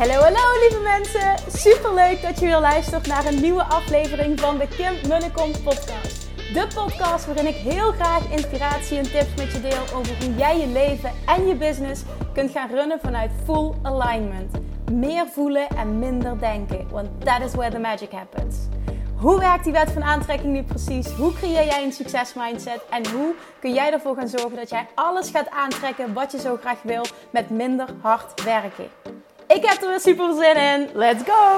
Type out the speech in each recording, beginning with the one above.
Hallo, hallo lieve mensen. Superleuk dat je weer luistert naar een nieuwe aflevering van de Kim Munnekom podcast. De podcast waarin ik heel graag inspiratie en tips met je deel over hoe jij je leven en je business kunt gaan runnen vanuit full alignment. Meer voelen en minder denken, want that is where the magic happens. Hoe werkt die wet van aantrekking nu precies? Hoe creëer jij een succesmindset? En hoe kun jij ervoor gaan zorgen dat jij alles gaat aantrekken wat je zo graag wil met minder hard werken? Ik heb er weer super zin in. Let's go!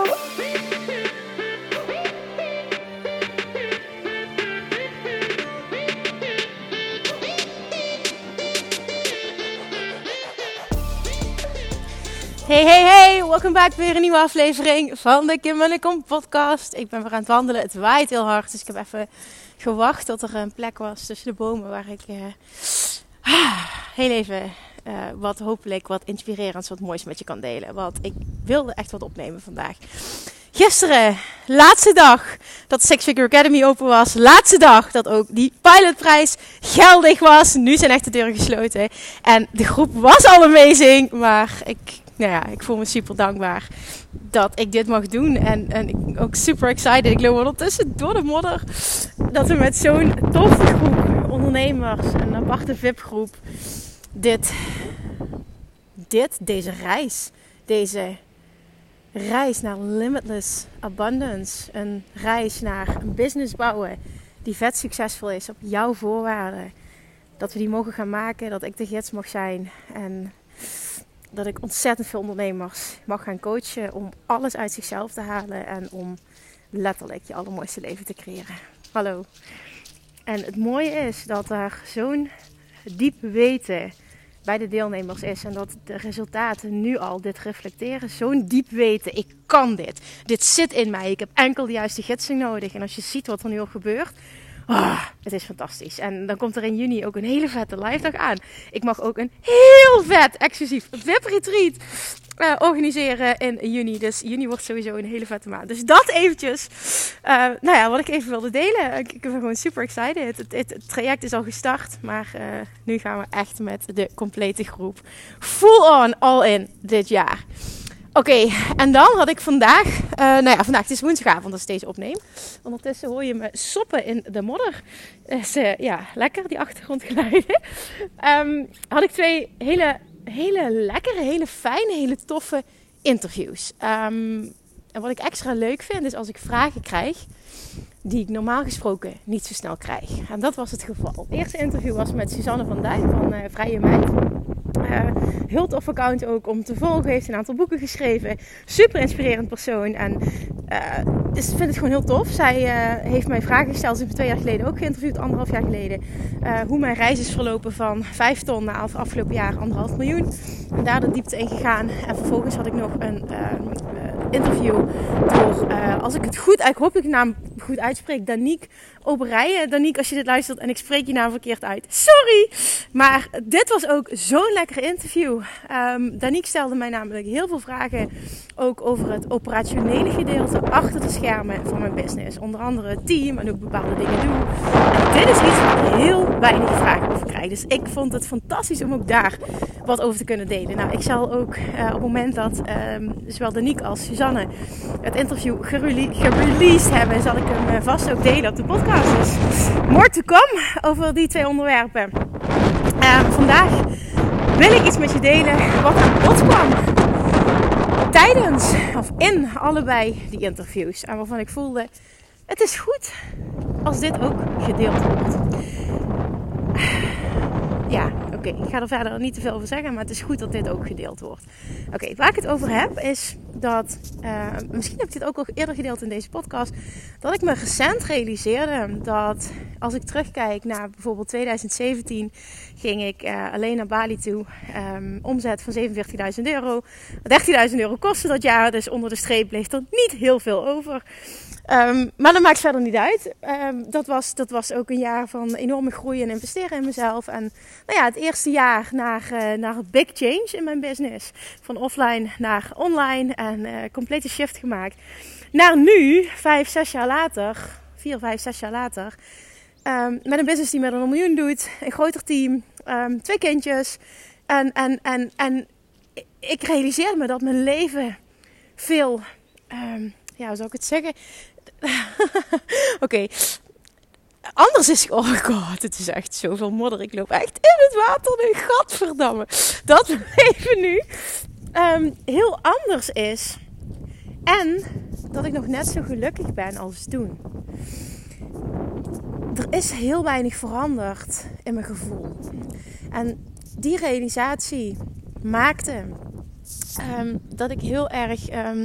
Hey, welkom back bij weer een nieuwe aflevering van de Kim Munnekom podcast. Ik ben weer aan het wandelen, het waait heel hard, dus ik heb even gewacht tot er een plek was tussen de bomen waar ik heel even wat hopelijk wat inspirerends, wat moois met je kan delen. Want ik wilde echt wat opnemen vandaag. Gisteren, laatste dag dat Six Figure Academy open was. Laatste dag dat ook die pilotprijs geldig was. Nu zijn echt de deuren gesloten. En de groep was al amazing, maar ik voel me super dankbaar dat ik dit mag doen. En ik ook super excited. Ik loop ondertussen door de modder. Dat we met zo'n toffe groep ondernemers, een aparte VIP-groep, deze reis naar limitless abundance. Een reis naar een business bouwen die vet succesvol is op jouw voorwaarden. Dat we die mogen gaan maken. Dat ik de gids mag zijn. En dat ik ontzettend veel ondernemers mag gaan coachen om alles uit zichzelf te halen en om letterlijk je allermooiste leven te creëren. Hallo. En het mooie is dat er zo'n diep weten bij de deelnemers is en dat de resultaten nu al dit reflecteren. Zo'n diep weten, ik kan dit. Dit zit in mij. Ik heb enkel de juiste gidsing nodig. En als je ziet wat er nu al gebeurt, het is fantastisch. En dan komt er in juni ook een hele vette live dag aan. Ik mag ook een heel vet, exclusief VIP-retreat organiseren in juni. Dus juni wordt sowieso een hele vette maand. Dus dat eventjes, wat ik even wilde delen. Ik ben gewoon super excited. Het traject is al gestart, maar nu gaan we echt met de complete groep. Full on, all in dit jaar. Oké, en dan had ik vandaag, het is woensdagavond als ik deze opneem. Ondertussen hoor je me soppen in de modder. Dus lekker, die achtergrondgeluiden. Had ik twee hele lekkere, hele fijne, hele toffe interviews. En wat ik extra leuk vind is als ik vragen krijg die ik normaal gesproken niet zo snel krijg. En dat was het geval. Het eerste interview was met Suzanne van Duin van Vrije Meid. Heel tof account ook om te volgen. Heeft een aantal boeken geschreven. Super inspirerend persoon. En dus ik vind het gewoon heel tof. Zij heeft mij vragen gesteld. Ze heeft me 2 jaar geleden ook geïnterviewd. 1,5 jaar geleden. Hoe mijn reis is verlopen van 5 ton naar afgelopen jaar 1,5 miljoen. En daar de diepte in gegaan. En vervolgens had ik nog een interview door, als ik het goed, ik hoop dat ik de naam goed uitspreek, Danique Oberijen. Danique, als je dit luistert en ik spreek je naam verkeerd uit, sorry! Maar dit was ook zo'n lekkere interview. Danique stelde mij namelijk heel veel vragen, ook over het operationele gedeelte achter de schermen van mijn business. Onder andere het team en ook bepaalde dingen doen. En dit is iets waar ik heel weinig vragen over krijg. Dus ik vond het fantastisch om ook daar wat over te kunnen delen. Nou, ik zal ook op het moment dat zowel Danique als Suzanne het interview gereleased hebben, zal ik hem vast ook delen op de podcast. Dus more to come over die 2 onderwerpen. Vandaag wil ik iets met je delen wat aan bod kwam tijdens of in allebei die interviews. En waarvan ik voelde, het is goed als dit ook gedeeld wordt. Ja, oké. Ik ga er verder niet te veel over zeggen, maar het is goed dat dit ook gedeeld wordt. Oké, waar ik het over heb is dat, misschien heb ik dit ook al eerder gedeeld in deze podcast, dat ik me recent realiseerde dat als ik terugkijk naar bijvoorbeeld 2017, ging ik alleen naar Bali toe, omzet van €47.000. €13.000 kostte dat jaar, dus onder de streep bleef er niet heel veel over. Maar dat maakt verder niet uit. Dat was ook een jaar van enorme groei en investeren in mezelf. En het eerste jaar naar een big change in mijn business. Van offline naar online en complete shift gemaakt. Naar nu, 4, 5, 6 jaar later. Met een business die meer dan 1 miljoen doet. Een groter team. 2 kindjes. En ik realiseerde me dat mijn leven veel, hoe zou ik het zeggen? Oké. Anders is, oh god, het is echt zoveel modder. Ik loop echt in het water nu, gadverdamme. Dat even nu heel anders is. En dat ik nog net zo gelukkig ben als toen. Er is heel weinig veranderd in mijn gevoel. En die realisatie maakte dat ik heel erg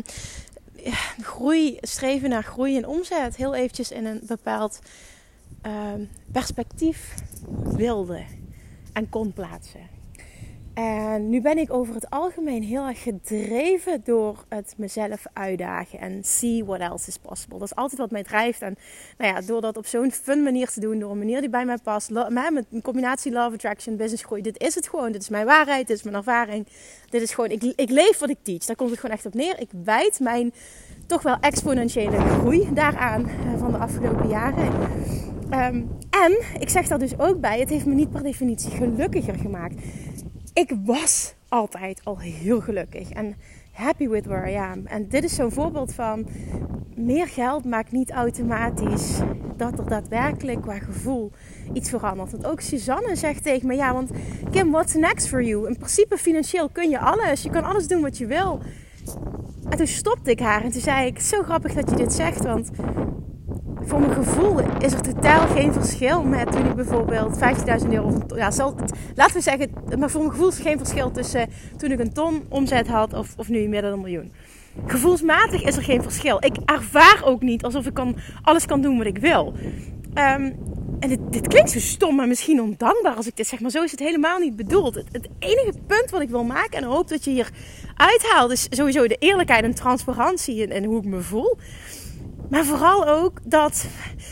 streven naar groei en omzet heel eventjes in een bepaald perspectief wilde en kon plaatsen. En nu ben ik over het algemeen heel erg gedreven door het mezelf uitdagen en see what else is possible. Dat is altijd wat mij drijft. En door dat op zo'n fun manier te doen, door een manier die bij mij past, met een combinatie love attraction, business groei, dit is het gewoon. Dit is mijn waarheid, dit is mijn ervaring. Dit is gewoon, ik leef wat ik teach. Daar komt het gewoon echt op neer. Ik wijd mijn toch wel exponentiële groei daaraan van de afgelopen jaren. En ik zeg daar dus ook bij, het heeft me niet per definitie gelukkiger gemaakt. Ik was altijd al heel gelukkig en happy with where I am. En dit is zo'n voorbeeld van meer geld maakt niet automatisch dat er daadwerkelijk qua gevoel iets verandert. Want ook Suzanne zegt tegen me, ja, want Kim, what's next for you? In principe financieel kun je alles. Je kan alles doen wat je wil. En toen stopte ik haar en toen zei ik, zo grappig dat je dit zegt, want voor mijn gevoel is er totaal geen verschil met toen ik bijvoorbeeld €15.000... laten we zeggen, maar voor mijn gevoel is er geen verschil tussen toen ik een ton omzet had of nu meer dan 1 miljoen. Gevoelsmatig is er geen verschil. Ik ervaar ook niet alsof ik alles kan doen wat ik wil. En dit klinkt zo stom, maar misschien ondankbaar als ik dit zeg, maar zo is het helemaal niet bedoeld. Het enige punt wat ik wil maken en hoop dat je hier uithaalt is sowieso de eerlijkheid en transparantie en hoe ik me voel. Maar vooral ook dat,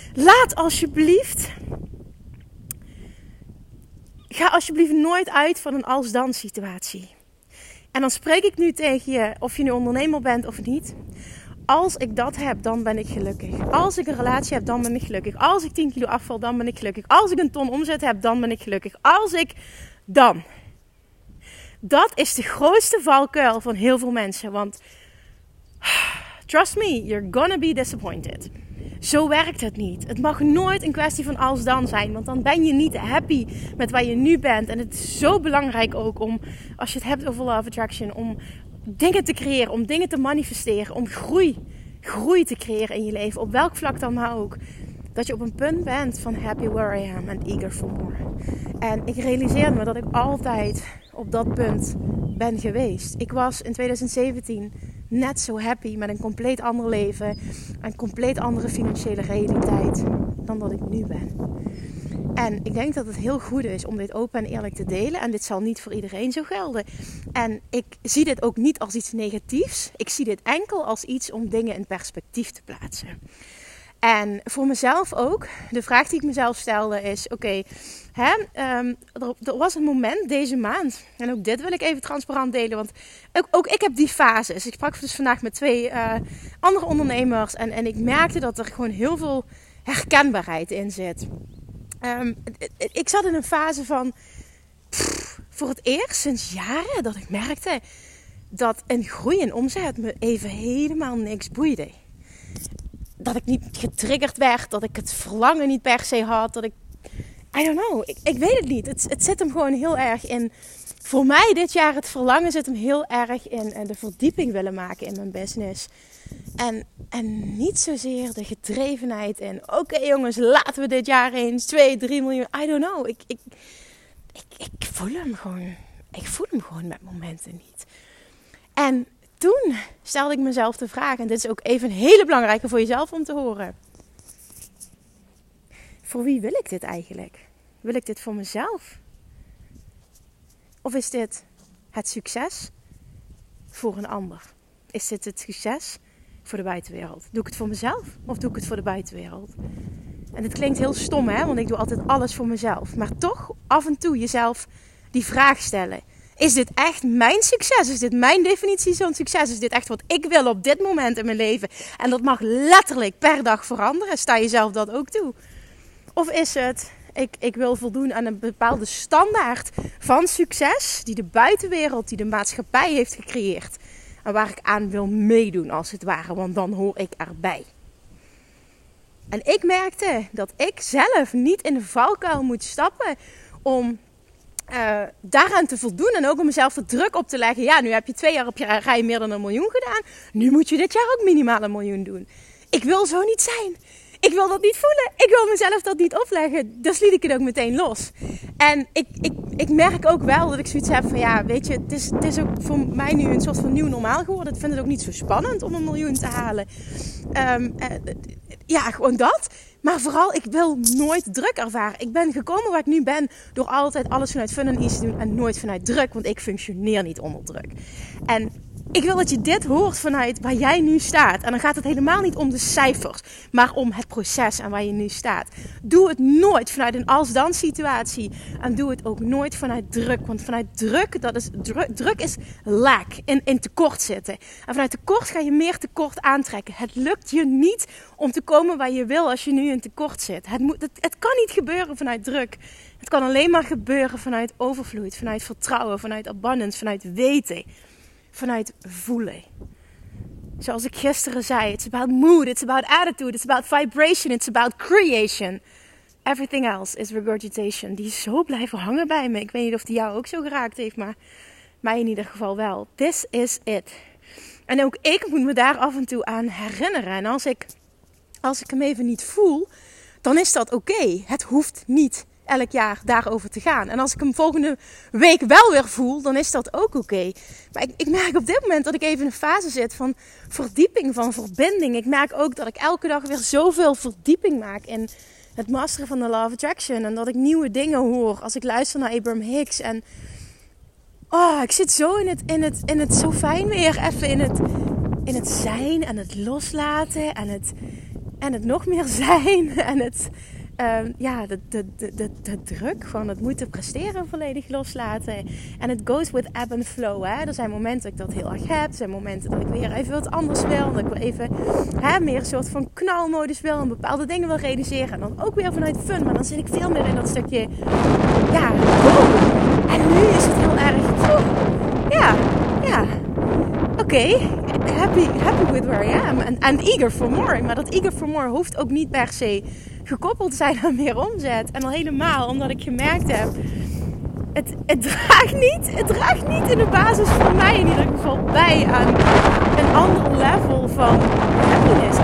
ga alsjeblieft nooit uit van een als-dan situatie. En dan spreek ik nu tegen je, of je nu ondernemer bent of niet. Als ik dat heb, dan ben ik gelukkig. Als ik een relatie heb, dan ben ik gelukkig. Als ik 10 kilo afval, dan ben ik gelukkig. Als ik een ton omzet heb, dan ben ik gelukkig. Dan. Dat is de grootste valkuil van heel veel mensen. Want trust me, you're gonna be disappointed. Zo werkt het niet. Het mag nooit een kwestie van als dan zijn. Want dan ben je niet happy met waar je nu bent. En het is zo belangrijk ook om, als je het hebt over love attraction, om dingen te creëren, om dingen te manifesteren, om groei te creëren in je leven. Op welk vlak dan maar ook. Dat je op een punt bent van happy where I am and eager for more. En ik realiseer me dat ik altijd op dat punt ben geweest. Ik was in 2017 net zo happy met een compleet ander leven. Een compleet andere financiële realiteit dan dat ik nu ben. En ik denk dat het heel goed is om dit open en eerlijk te delen. En dit zal niet voor iedereen zo gelden. En ik zie dit ook niet als iets negatiefs. Ik zie dit enkel als iets om dingen in perspectief te plaatsen. En voor mezelf ook, de vraag die ik mezelf stelde is, er was een moment deze maand, en ook dit wil ik even transparant delen, want ook ik heb die fases. Ik sprak dus vandaag met 2 andere ondernemers en ik merkte dat er gewoon heel veel herkenbaarheid in zit. Ik zat in een fase van, voor het eerst sinds jaren dat ik merkte dat een groei en omzet me even helemaal niks boeide. Dat ik niet getriggerd werd, dat ik het verlangen niet per se had, dat ik, I don't know, ik weet het niet. Het zit hem gewoon heel erg in, voor mij dit jaar, het verlangen zit hem heel erg in de verdieping willen maken in mijn business. En niet zozeer de gedrevenheid in, oké, jongens, laten we dit jaar eens 2, 3 miljoen, I don't know. Ik voel hem gewoon, met momenten niet. En toen stelde ik mezelf de vraag, en dit is ook even een hele belangrijke voor jezelf om te horen. Voor wie wil ik dit eigenlijk? Wil ik dit voor mezelf? Of is dit het succes voor een ander? Is dit het succes voor de buitenwereld? Doe ik het voor mezelf of doe ik het voor de buitenwereld? En dit klinkt heel stom, hè? Want ik doe altijd alles voor mezelf. Maar toch af en toe jezelf die vraag stellen. Is dit echt mijn succes? Is dit mijn definitie van succes? Is dit echt wat ik wil op dit moment in mijn leven? En dat mag letterlijk per dag veranderen. Sta jezelf dat ook toe? Of is het, ik wil voldoen aan een bepaalde standaard van succes die de buitenwereld, die de maatschappij heeft gecreëerd. en waar ik aan wil meedoen als het ware, want dan hoor ik erbij. En ik merkte dat ik zelf niet in de valkuil moet stappen om daaraan te voldoen. En ook om mezelf de druk op te leggen. Ja, nu heb je 2 jaar op je rij meer dan 1 miljoen gedaan. Nu moet je dit jaar ook minimaal 1 miljoen doen. Ik wil zo niet zijn. Ik wil dat niet voelen. Ik wil mezelf dat niet opleggen. Dus liet ik het ook meteen los. En ik merk ook wel dat ik zoiets heb van ja, weet je, het is ook voor mij nu een soort van nieuw normaal geworden. Ik vind het ook niet zo spannend om 1 miljoen te halen. Ja, gewoon dat. Maar vooral, ik wil nooit druk ervaren. Ik ben gekomen waar ik nu ben door altijd alles vanuit fun en easy te doen en nooit vanuit druk. Want ik functioneer niet onder druk. En ik wil dat je dit hoort vanuit waar jij nu staat. En dan gaat het helemaal niet om de cijfers, maar om het proces en waar je nu staat. Doe het nooit vanuit een als-dan situatie. En doe het ook nooit vanuit druk. Want vanuit druk, druk is lack, in tekort zitten. En vanuit tekort ga je meer tekort aantrekken. Het lukt je niet om te komen waar je wil als je nu in tekort zit. Het kan niet gebeuren vanuit druk. Het kan alleen maar gebeuren vanuit overvloed, vanuit vertrouwen, vanuit abundance, vanuit weten. Vanuit voelen. Zoals ik gisteren zei. It's about mood. It's about attitude. It's about vibration. It's about creation. Everything else is regurgitation. Die is zo blijven hangen bij me. Ik weet niet of die jou ook zo geraakt heeft. Maar mij in ieder geval wel. This is it. En ook ik moet me daar af en toe aan herinneren. En als ik hem even niet voel. Dan is dat oké. Het hoeft niet elk jaar daarover te gaan. En als ik hem volgende week wel weer voel, dan is dat ook oké. Maar ik merk op dit moment dat ik even in een fase zit van verdieping, van verbinding. Ik merk ook dat ik elke dag weer zoveel verdieping maak in het masteren van de Law of Attraction. En dat ik nieuwe dingen hoor als ik luister naar Abraham Hicks. En ik zit zo in het zo fijn weer. Even in het zijn en het loslaten en het nog meer zijn en het de druk van het moeten presteren volledig loslaten. En het goes with ebb and flow. Hè? Er zijn momenten dat ik dat heel erg heb. Er zijn momenten dat ik weer even wat anders wil. Dat ik weer even meer een soort van knalmodus wil. En bepaalde dingen wil realiseren. En dan ook weer vanuit fun. Maar dan zit ik veel meer in dat stukje go. En nu is het heel erg oké. Happy with where I am. And eager for more. Maar dat eager for more hoeft ook niet per se gekoppeld te zijn aan meer omzet. En al helemaal omdat ik gemerkt heb, het draagt niet in de basis voor mij in ieder geval bij aan een ander level van happiness.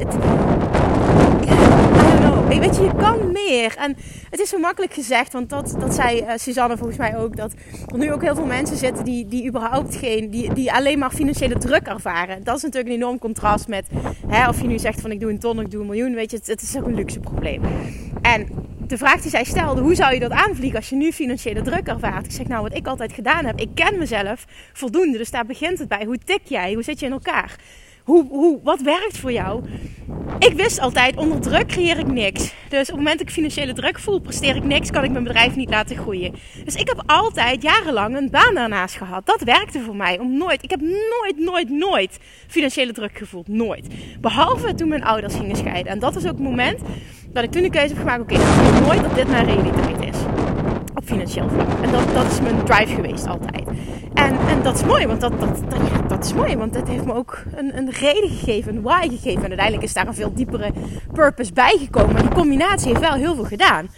Weet je kan meer. En het is zo makkelijk gezegd, want dat zei Suzanne volgens mij ook, dat er nu ook heel veel mensen zitten die überhaupt die alleen maar financiële druk ervaren. Dat is natuurlijk een enorm contrast met, of je nu zegt van ik doe 1 ton, ik doe 1 miljoen, weet je, het is ook een luxe probleem. En de vraag die zij stelde, hoe zou je dat aanvliegen als je nu financiële druk ervaart? Ik zeg nou, wat ik altijd gedaan heb, ik ken mezelf voldoende, dus daar begint het bij. Hoe tik jij? Hoe zit je in elkaar? Wat werkt voor jou? Ik wist altijd, onder druk creëer ik niks. Dus op het moment dat ik financiële druk voel, presteer ik niks, kan ik mijn bedrijf niet laten groeien. Dus ik heb altijd jarenlang een baan daarnaast gehad. Dat werkte voor mij. Ik heb nooit financiële druk gevoeld. Nooit. Behalve toen mijn ouders gingen scheiden. En dat was ook het moment dat ik toen de keuze heb gemaakt, oké, dat is nooit dat dit mijn realiteit is. Op financieel vlak. En dat is mijn drive geweest altijd. En dat is mooi, want dat is mooi, want het heeft me ook een reden gegeven, een why gegeven. En uiteindelijk is daar een veel diepere purpose bij gekomen. Maar die combinatie heeft wel heel veel gedaan.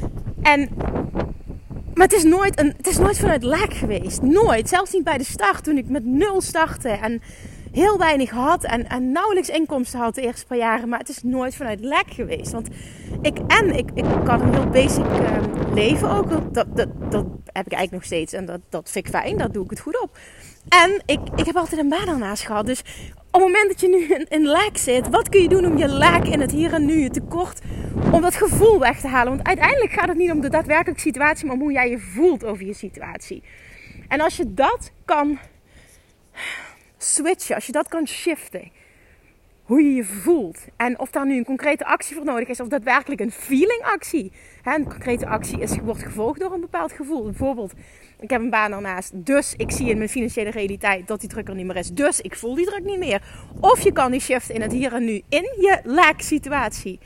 Maar het is nooit vanuit lack geweest. Nooit. Zelfs niet bij de start, toen ik met 0 startte en heel weinig had en nauwelijks inkomsten had de eerste paar jaren. Maar het is nooit vanuit lack geweest. Want ik had een heel basic leven ook. Dat heb ik eigenlijk nog steeds. En dat vind ik fijn. Daar doe ik het goed op. En ik heb altijd een baan ernaast gehad. Dus op het moment dat je nu in lack zit, wat kun je doen om je lack in het hier en nu, je tekort, om dat gevoel weg te halen? Want uiteindelijk gaat het niet om de daadwerkelijke situatie, maar om hoe jij je voelt over je situatie. En als je dat kan switchen, als je dat kan shiften, hoe je je voelt. En of daar nu een concrete actie voor nodig is, of daadwerkelijk een feeling actie. Een concrete actie wordt gevolgd door een bepaald gevoel. Bijvoorbeeld, ik heb een baan ernaast, dus ik zie in mijn financiële realiteit dat die druk er niet meer is. Dus ik voel die druk niet meer. Of je kan die shiften in het hier en nu, in je lack situatie.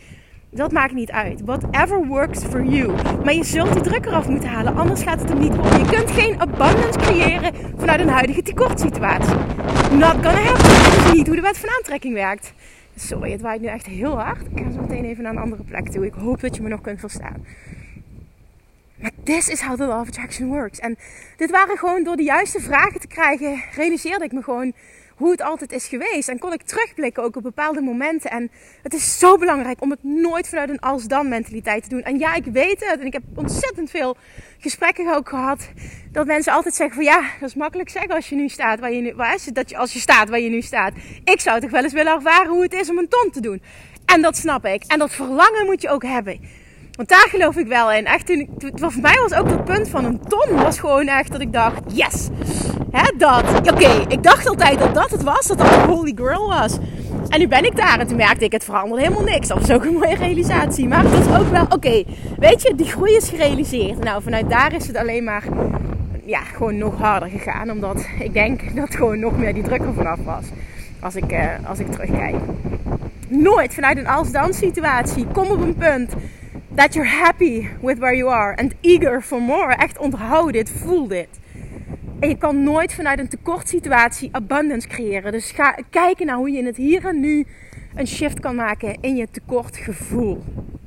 Dat maakt niet uit. Whatever works for you. Maar je zult die druk eraf moeten halen. Anders gaat het hem niet worden. Je kunt geen abundance creëren vanuit een huidige tekortsituatie. Not gonna happen. Dat is niet hoe de wet van aantrekking werkt. Sorry, het waait nu echt heel hard. Ik ga zo meteen even naar een andere plek toe. Ik hoop dat je me nog kunt verstaan. Maar this is how the law of attraction works. En dit waren gewoon door de juiste vragen te krijgen, realiseerde ik me gewoon hoe het altijd is geweest. En kon ik terugblikken ook op bepaalde momenten. En het is zo belangrijk om het nooit vanuit een als-dan mentaliteit te doen. En ja, ik weet het. En ik heb ontzettend veel gesprekken ook gehad. Dat mensen altijd zeggen van ja, dat is makkelijk zeggen als je nu staat waar je nu, als je staat waar je nu staat. Ik zou toch wel eens willen ervaren hoe het is om een ton te doen. En dat snap ik. En dat verlangen moet je ook hebben. Want daar geloof ik wel in. Echt, voor mij was ook dat punt van een ton was gewoon echt dat ik dacht, yes. Oké, ik dacht altijd dat dat het was, dat dat de holy grail was. En nu ben ik daar en toen merkte ik, het veranderde helemaal niks. Dat was ook een mooie realisatie. Maar het was ook wel, oké, weet je, die groei is gerealiseerd. Nou, vanuit daar is het alleen maar, ja, gewoon nog harder gegaan. Omdat ik denk dat gewoon nog meer die druk er vanaf was. Als ik terugkijk. Nooit vanuit een als-dan situatie. Kom op een punt that you're happy with where you are and eager for more. Echt onthoud dit, voel dit. En je kan nooit vanuit een tekortsituatie abundance creëren. Dus ga kijken naar hoe je in het hier en nu een shift kan maken in je tekortgevoel.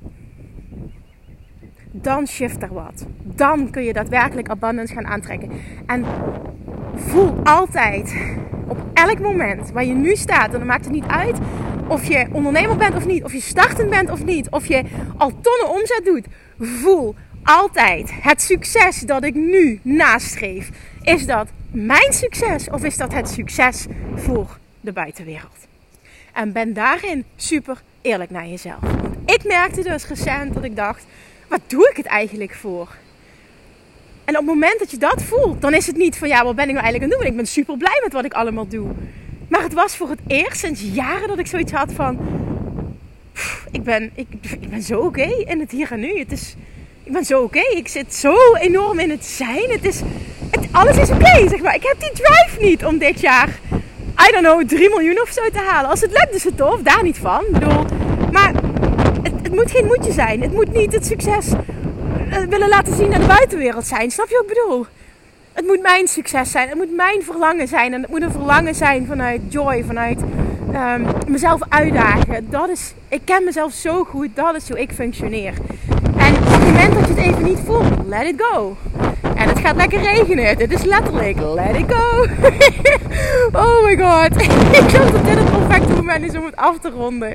Dan shift er wat. Dan kun je daadwerkelijk abundance gaan aantrekken. En voel altijd, op elk moment waar je nu staat, en dan maakt het niet uit of je ondernemer bent of niet, of je startend bent of niet, of je al tonnen omzet doet. Voel altijd het succes dat ik nu nastreef. Is dat mijn succes of is dat het succes voor de buitenwereld? En ben daarin super eerlijk naar jezelf. Want ik merkte dus recent dat ik dacht, wat doe ik het eigenlijk voor? En op het moment dat je dat voelt, dan is het niet van ja, wat ben ik nou eigenlijk aan het doen? Ik ben super blij met wat ik allemaal doe. Maar het was voor het eerst sinds jaren dat ik zoiets had van, ik ben zo oké in het hier en nu. Ik ben zo oké. Ik zit zo enorm in het zijn. Alles is oké, zeg maar. Ik heb die drive niet om dit jaar, 3 miljoen of zo te halen. Als het lukt is het tof, daar niet van. Ik bedoel, maar het moet geen moedje zijn. Het moet niet het succes willen laten zien naar de buitenwereld zijn. Snap je wat ik bedoel? Het moet mijn succes zijn. Het moet mijn verlangen zijn. En het moet een verlangen zijn vanuit joy. Vanuit mezelf uitdagen. Ik ken mezelf zo goed. Dat is hoe ik functioneer. En op het moment dat je het even niet voelt, let it go. En het gaat lekker regenen. Dit is letterlijk, let it go. Oh my god. Ik geloof dat dit het perfecte moment is om het af te ronden.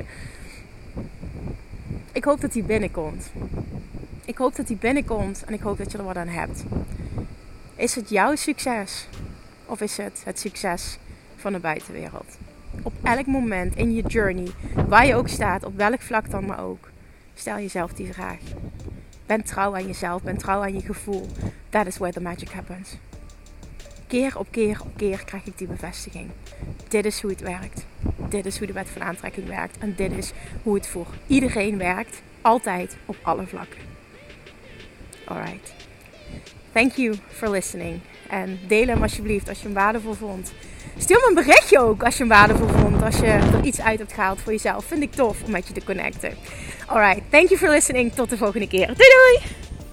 Ik hoop dat hij binnenkomt. Ik hoop dat hij binnenkomt en ik hoop dat je er wat aan hebt. Is het jouw succes? Of is het het succes van de buitenwereld? Op elk moment in je journey, waar je ook staat, op welk vlak dan maar ook, stel jezelf die vraag. Ben trouw aan jezelf, ben trouw aan je gevoel. That is where the magic happens. Keer op keer op keer krijg ik die bevestiging. Dit is hoe het werkt. Dit is hoe de wet van aantrekking werkt. En dit is hoe het voor iedereen werkt. Altijd op alle vlakken. Alright. Thank you for listening. En deel hem alsjeblieft als je hem waardevol vond. Stuur me een berichtje ook als je hem waardevol vond. Als je er iets uit hebt gehaald voor jezelf. Vind ik tof om met je te connecten. Alright, thank you for listening. Tot de volgende keer. Doei doei!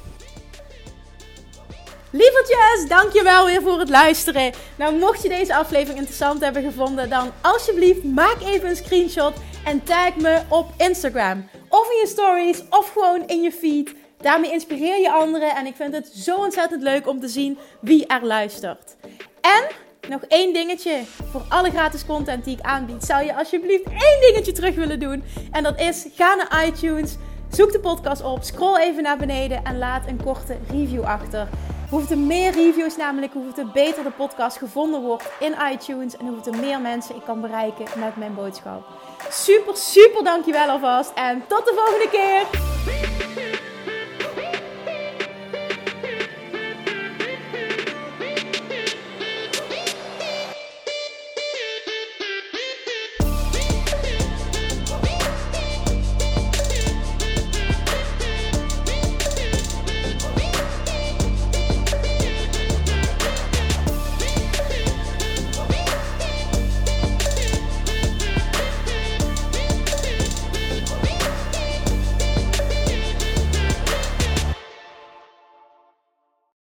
Lievertjes, dankjewel weer voor het luisteren. Nou, mocht je deze aflevering interessant hebben gevonden, dan alsjeblieft maak even een screenshot en tag me op Instagram. Of in je stories, of gewoon in je feed. Daarmee inspireer je anderen en ik vind het zo ontzettend leuk om te zien wie er luistert. En nog één dingetje. Voor alle gratis content die ik aanbied, zou je alsjeblieft één dingetje terug willen doen. En dat is, ga naar iTunes, zoek de podcast op, scroll even naar beneden en laat een korte review achter. Hoeveel meer reviews namelijk, hoeveel beter de podcast gevonden wordt in iTunes. En hoeveel meer mensen ik kan bereiken met mijn boodschap. Super, super dankjewel alvast. En tot de volgende keer.